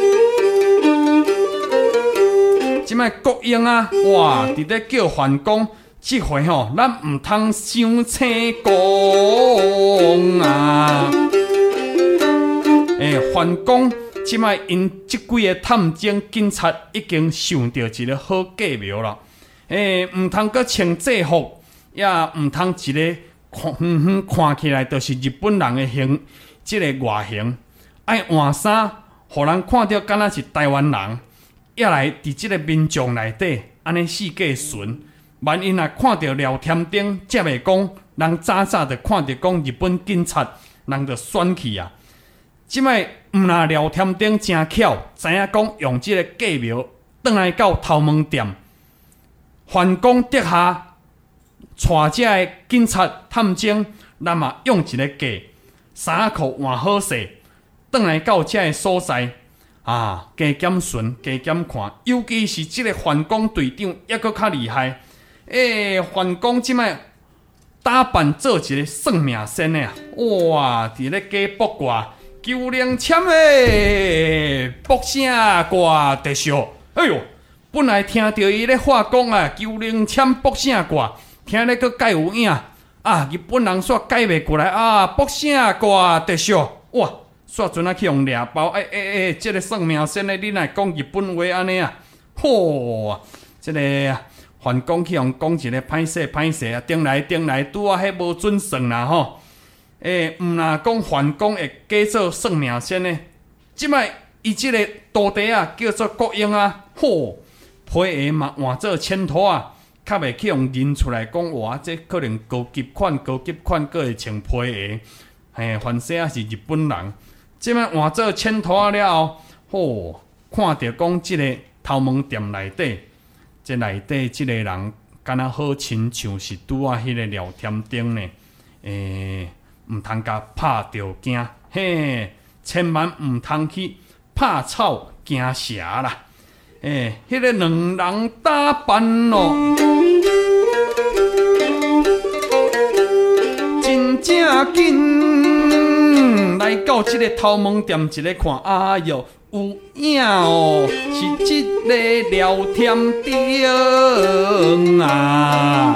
即摆国英啊，哇，伫咧叫桓公，即回吼，咱毋通伤青光啊！诶、欸，桓公即摆因即几个探监警察已经想到一个好计谋了。诶、欸，毋通阁穿制服，也毋通一个看远远看起来就是日本人的形，即、這個外形，愛換衫，互人看到敢若是台灣人。也来伫即个民众内底，安尼四界巡。万一若看到聊天顶，则袂讲，人早早就看到讲日本警察，人就选去啊。即摆毋若聊天顶真巧，知影讲用即个计谋，转来到头毛店，桓公阁下带遮个警察探监，咱嘛用一个计，衫裤换好势，转来到遮个所在。啊，加减巡，加减看，尤其是即个桓公队长，抑阁较厉害。诶、欸，桓公即摆打扮做一个算命先的啊！哇，伫咧加卜卦，九灵签诶，卜啥卦得笑。哎哟，本来听到伊咧话讲啊，九灵签卜啥卦，听咧阁介有影啊！日本人煞改袂过来啊，卜啥卦得笑哇！煞阵啊去用掠包，哎哎哎，即、這个算命先咧，你来讲日本话安尼啊？吼，即、這个桓公去用讲一个歹势歹势啊，顶来顶来，拄啊迄无准算啦吼。诶、欸，毋若讲桓公会假做算命先咧，即摆伊即个徒弟啊叫做国英啊，吼，皮鞋嘛换做浅拖啊，较袂去用认出来讲哇，这可能高级款高级款，佫会穿皮鞋，嘿，反正啊是日本人。即摆换做浅拖了后，吼，看着讲即个头毛店内底，即内底即个人，敢若好亲像是拄啊迄个聊天顶呢。诶、欸，毋通甲拍着惊，嘿，千万毋通去拍草惊蛇啦。诶、欸，迄、那个两人打扮咯，真正紧。来到即个头毛店，一个看，哎哟，有影哦，是即个聊天顶啊！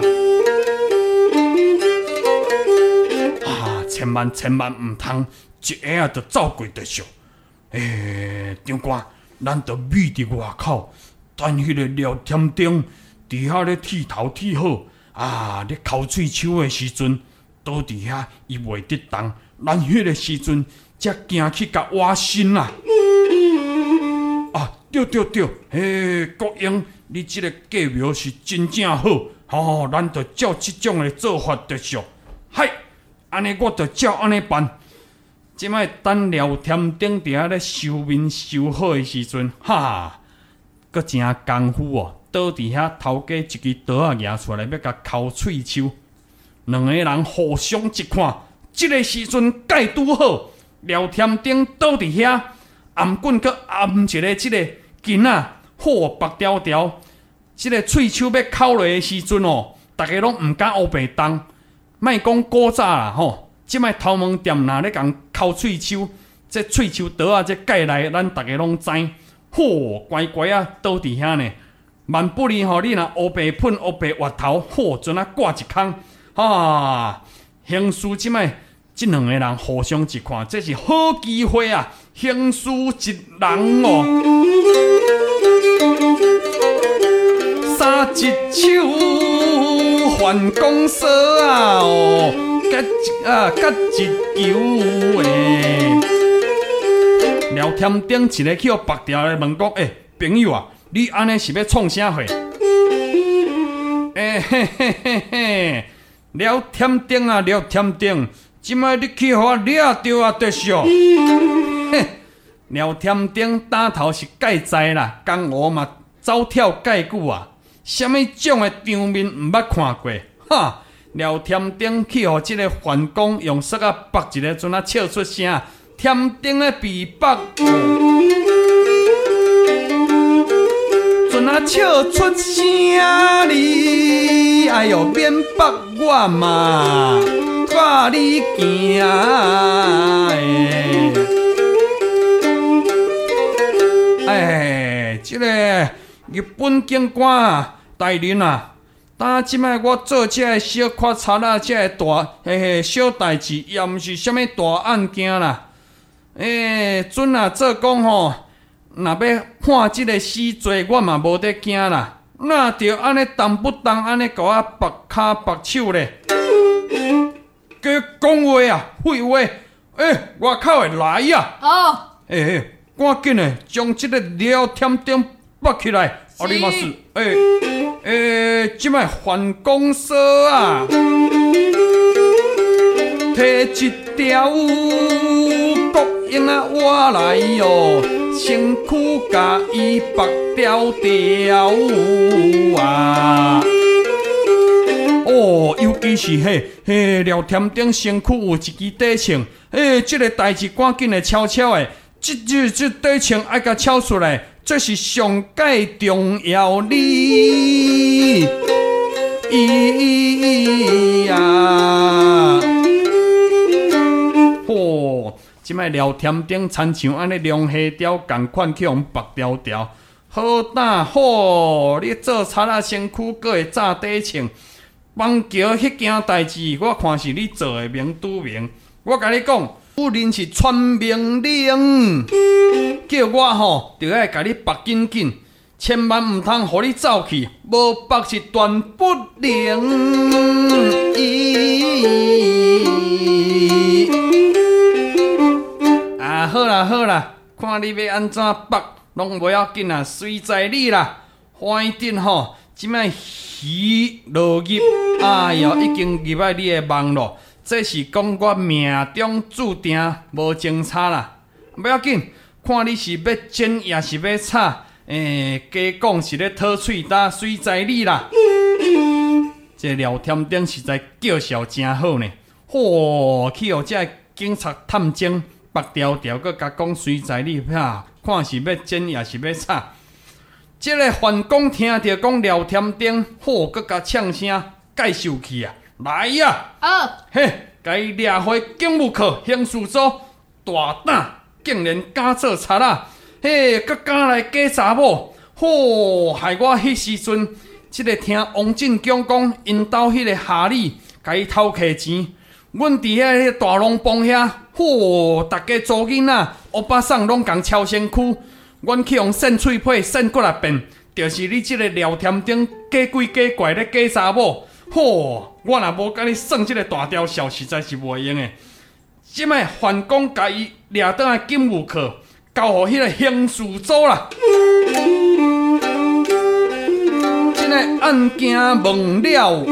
啊，千万千万毋通一下就走过就笑。诶、欸，长官，咱着秘伫外口，等迄个聊天顶伫遐咧剃头剃好，啊，咧抠喙手的时阵，倒伫遐伊袂得动。咱迄个时阵，才行去甲挖身啦！啊，对对对，嘿，国英，你即个计谋是真正好，吼、哦，咱着照即种的做法着俗。嗨，安尼我着照安尼办。即摆等聊天顶伫遐咧收面收好的时阵，哈，阁真功夫哦！倒伫遐头家一支刀啊，拿出来要甲抠喙手，两个人互相一看。即个时阵介拄好，聊天顶倒伫遐，颔棍佮颔一个即个筋啊，好白条条。即个喙手要抠落的时阵哦，大家拢毋敢乌白动，莫讲古早啦吼。即摆头毛店若咧共抠喙手，这喙手刀啊，这介内咱大家拢知。好乖乖啊，倒伫遐呢。万不离吼，你若乌白喷乌白滑头，好阵啊挂一空啊！刑事即摆，即两个人互相一看，这是好机会啊！刑事一人哦，三一手还公说啊哦，甲一啊甲一球诶。 聊天顶一个去互白条的问讲，诶、欸，朋友啊，你安尼是要创啥货？诶、欸、嘿嘿嘿嘿，聊天顶啊聊天顶，即摆你去互我掠着啊，就是哦。嘿，聊天顶打头是介在啦，江湖嘛走跳介久啊，什么种的场面毋捌看过？哈！聊天顶去互即个员工用绳啊绑一个，阵啊笑出声，天顶咧被绑，阵啊笑出声哩，哎哟免绑我嘛，带你行诶，哎，即、这个日本警官啊，大人啊。呾即摆我做这个小缺叉啦，这个大嘿嘿小代志，也毋是啥物大案件啦。诶、欸，准啊做讲吼，若要判即个死罪，我嘛无得惊啦。哪着安尼动不动安尼甲我绑骹绑手咧？佮讲话啊，废话！诶、欸，外口会来啊！ 哦， 诶、欸，赶紧诶，将即个聊天顶绑起来。阿里马斯，诶诶，即摆反公司啊，摕一条国营啊我来哟，身躯甲伊绑条条啊。哦，尤其是迄迄聊天顶身躯有一支底枪，诶，即、这个代志赶紧诶悄悄诶，即即即底枪爱甲敲出来。这是上界重要哩！咦呀！吼，即摆聊天顶亲像安尼龙虾条共款去互绑条条，好打好！你做贼仔身躯阁会炸底枪，邦桥迄件代志，我看是你做的明拄明。我甲你讲。夫人是传命令，叫我吼就要甲你绑紧紧，千万毋通互你走去，无绑是断不灵。啊，好啦好啦，看你要安怎绑，拢无要紧啦，随在你啦。反正吼，即摆鱼落入，哎哟，已经入来你的网络。这是讲我命中注定无精彩啦，不要紧，看你是要剪也是要插，诶、欸，加讲是咧讨喙焦，随在你啦。这聊天顶实在叫嚣真好呢，嚯、哦，去互这警察探监，白条条搁甲讲随在你哈，看是要剪也是要插。这个员工听着讲聊天顶，嚯，搁甲唱声介绍去啊。来呀！ 哦， 嘿，该掠回警务课刑事组大胆，竟然敢做贼仔，嘿，佮敢来假查某，吼，害我迄时阵，即、这个听王进强讲，因兜迄个下里，甲伊偷摕钱，阮伫遐个大龙帮遐，吼，大家做囡仔，欧巴桑拢共超身躯，阮去用扇喙皮扇过来变，就是你即个聊天顶假鬼假怪咧假查某。吼！我若无甲你算即个大条小，实在是袂用诶。即摆员工甲伊掠倒来警务课，交互迄个刑事组啦。即个案件问了，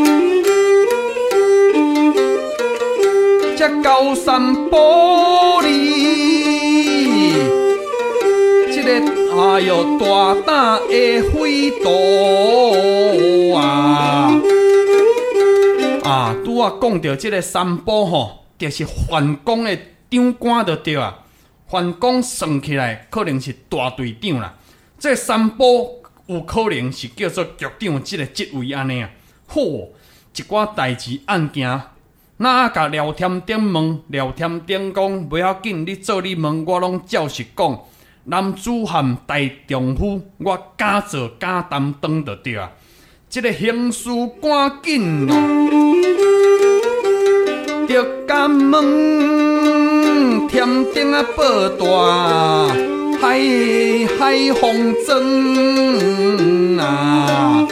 才高山玻璃，即个哎哟大胆的飞刀啊！啊，拄啊讲到即个三宝吼，就是员工的长官就对啊。员工算起来可能是大队长啦。这三宝有可能是叫做局长即个职位安尼啊。吼，一寡代志案件，那甲聊天顶问，聊天顶讲不要紧，你做你问，我拢照实讲。男子汉大丈夫，我敢做敢担当就对啊。这个刑事赶紧哦，着甲问天顶啊报大，海海风筝啊！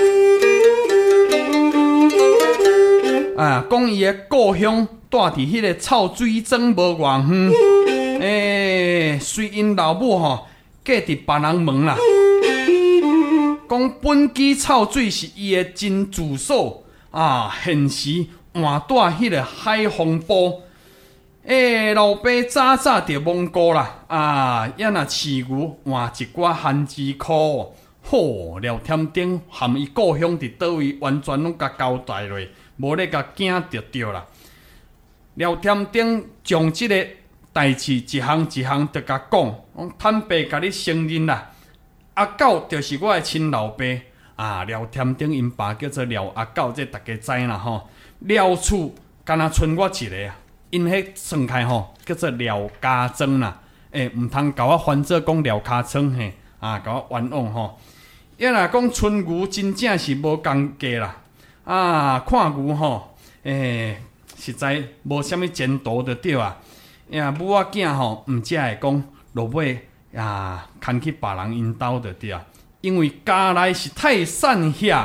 啊，讲伊的故乡住伫迄个臭水庄无偌远， 诶、欸，随因老母吼嫁伫别人门啦，讲本基臭水是伊的真住所啊，现时换住迄个海风波。诶、欸，老爸早早就蒙过啦，啊，也若饲牛换一寡番薯裤，吼，廖添丁含伊故乡伫倒位，完全拢甲交代落，无咧甲惊着着啦。廖添丁将即个代志一项一项着甲讲，我坦白甲你承认啦，阿狗就是我的亲老爸啊。廖添丁因爸叫做廖阿狗，这大家知啦吼。廖厝敢若剩我一个啊。因迄算开吼，叫做廖家庄啦，诶、欸，毋通甲我翻做讲廖卡庄嘿，啊，甲我冤枉吼。伊若讲春牛真正是无共价啦，啊，看牛吼，诶、欸，实在无啥物前途着对啊。呀，母仔囝吼，毋才会讲落尾啊，牵去别人因兜着对啊，因为家内是太散遐，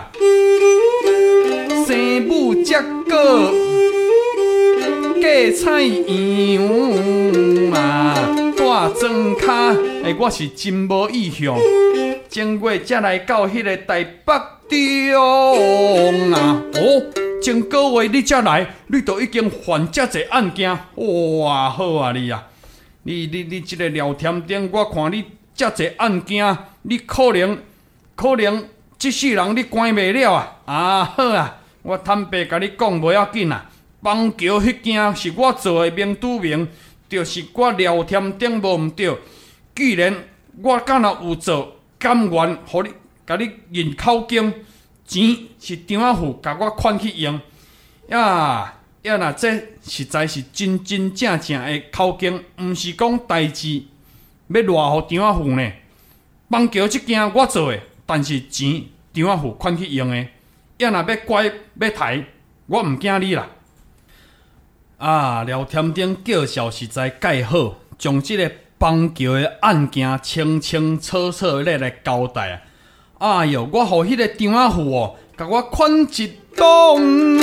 生母则个。嫁菜样啊，大庄卡，诶，我是真无意向。前月才来到迄个台北中啊，哦，前个月你才来，你都已经犯遮济案件，哇，好啊你啊，你你你这个廖添丁，我看你遮济案件，你可能可能这世人你关袂了啊，啊好啊，我坦白甲你讲，无要紧啊。邦桥迄件是我做的明拄明，就是我廖添丁无毋对。既然我敢若有做，甘愿互你，甲你认口供，钱是张仔富甲我款去用。呀呀，若这实在是真真正正的口供，毋是讲代志要赖互张仔富呢。邦桥即件我做的，但是钱张仔富款去用的。呀，若要怪要抬，我毋惊你啦。啊，廖添丁叫嚣实在介好，将即个邦桥的案件清清楚楚咧来交代啊！哎哟，我互迄个张仔富哦，甲我款一档，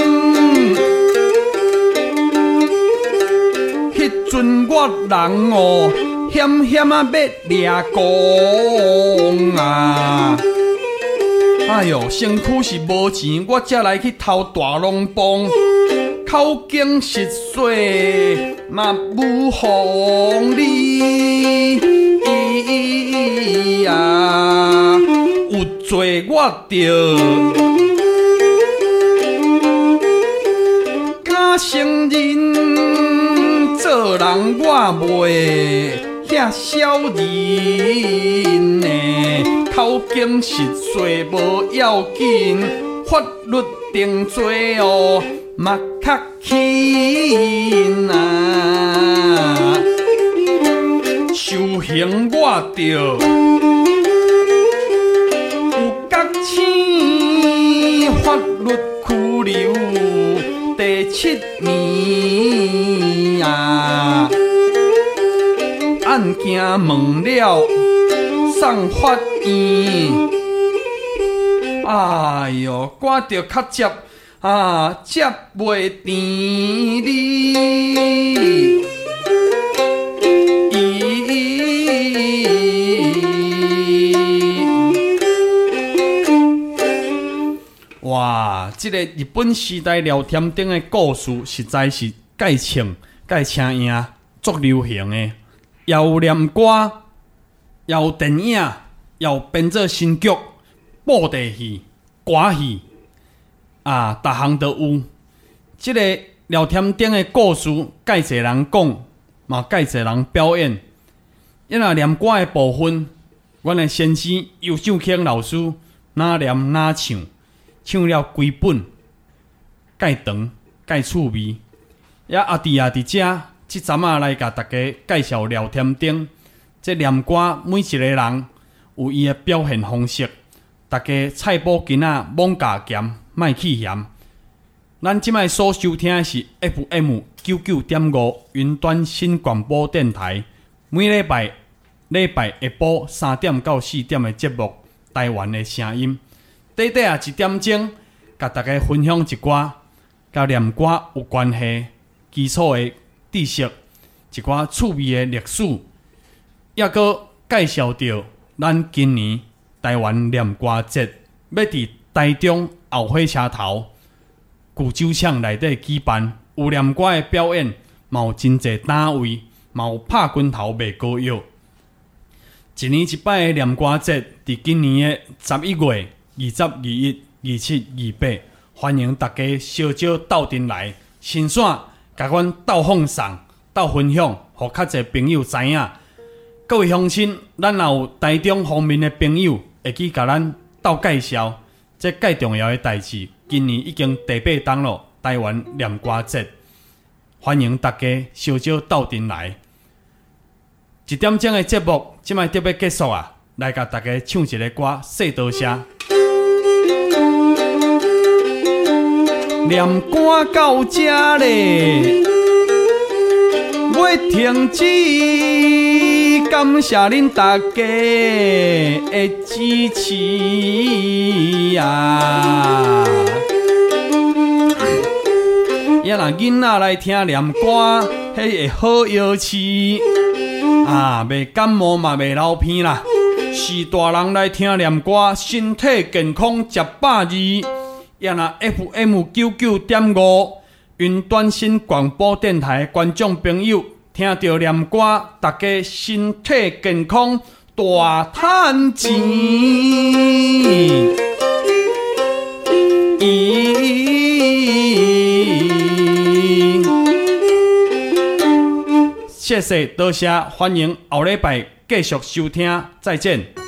迄阵我人哦，险险啊要掠光啊！哎哟，身躯是无钱，我才来去偷大龙帮。口径实水嘛无红你呀，有罪我着假承认，做人我袂遐小人呢。口径实水无要紧，法律定罪哦。嘛较轻啊，受刑我着有角青，法律拘留第七年啊，案件问了送法院，哎哟，我着较接。啊，接袂甜你，哇！这个日本时代廖添丁的故事实在是介唱介请影，足流行的，也有念歌，也有电影，也有编做新剧、布袋戏、歌戏。啊，逐项都有。即、这个廖添丁的故事，介侪人讲，嘛介侪人表演。因若念歌的部分，阮的先生尤秀卿老师哪念哪唱，唱了几本，介长介趣味。也阿弟也伫遮，即阵仔来甲大家介绍廖添丁。即念歌每一个人有伊的表现方式，大家菜脯囡仔猛加咸。莫去嫌，咱即摆所收听的是 F M 九九点五云端新广播电台，每礼拜礼拜下晡三点到四点的节目，台湾的声音。短短啊一点钟，甲大家分享一寡甲念歌有关系基础的知识， 一寡趣味的历史，也搁介绍到咱今年台湾念歌节要伫台中后火车头古酒厂内底举办，有念歌的表演，嘛有真侪单位，嘛有拍拳头卖歌药。一年一摆的念歌节，伫今年的十一月二十、二一、二七、二八，欢迎大家小少斗阵来，先线甲阮斗放送、斗分享，互较侪朋友知影。各位乡亲，咱若有台中方面的朋友，会去甲咱斗介绍，这介重要的代志。今年已经第八档了，台湾念歌节，欢迎大家小少斗阵来。一点钟的节目，即摆就要结束啊！来甲大家唱一个歌，说多谢。念歌到这咧，要停止，感谢恁大家的支持啊！也若囡仔来听念歌，迄会好摇饲。啊，袂感冒嘛，袂流鼻啦。是大人来听念歌，身体健康食百二。也若 F M 九九点五云端新广播电台观众朋友，听到念歌，大家身体健康，大赚钱。谢谢，多谢，欢迎后礼拜继续收听，再见。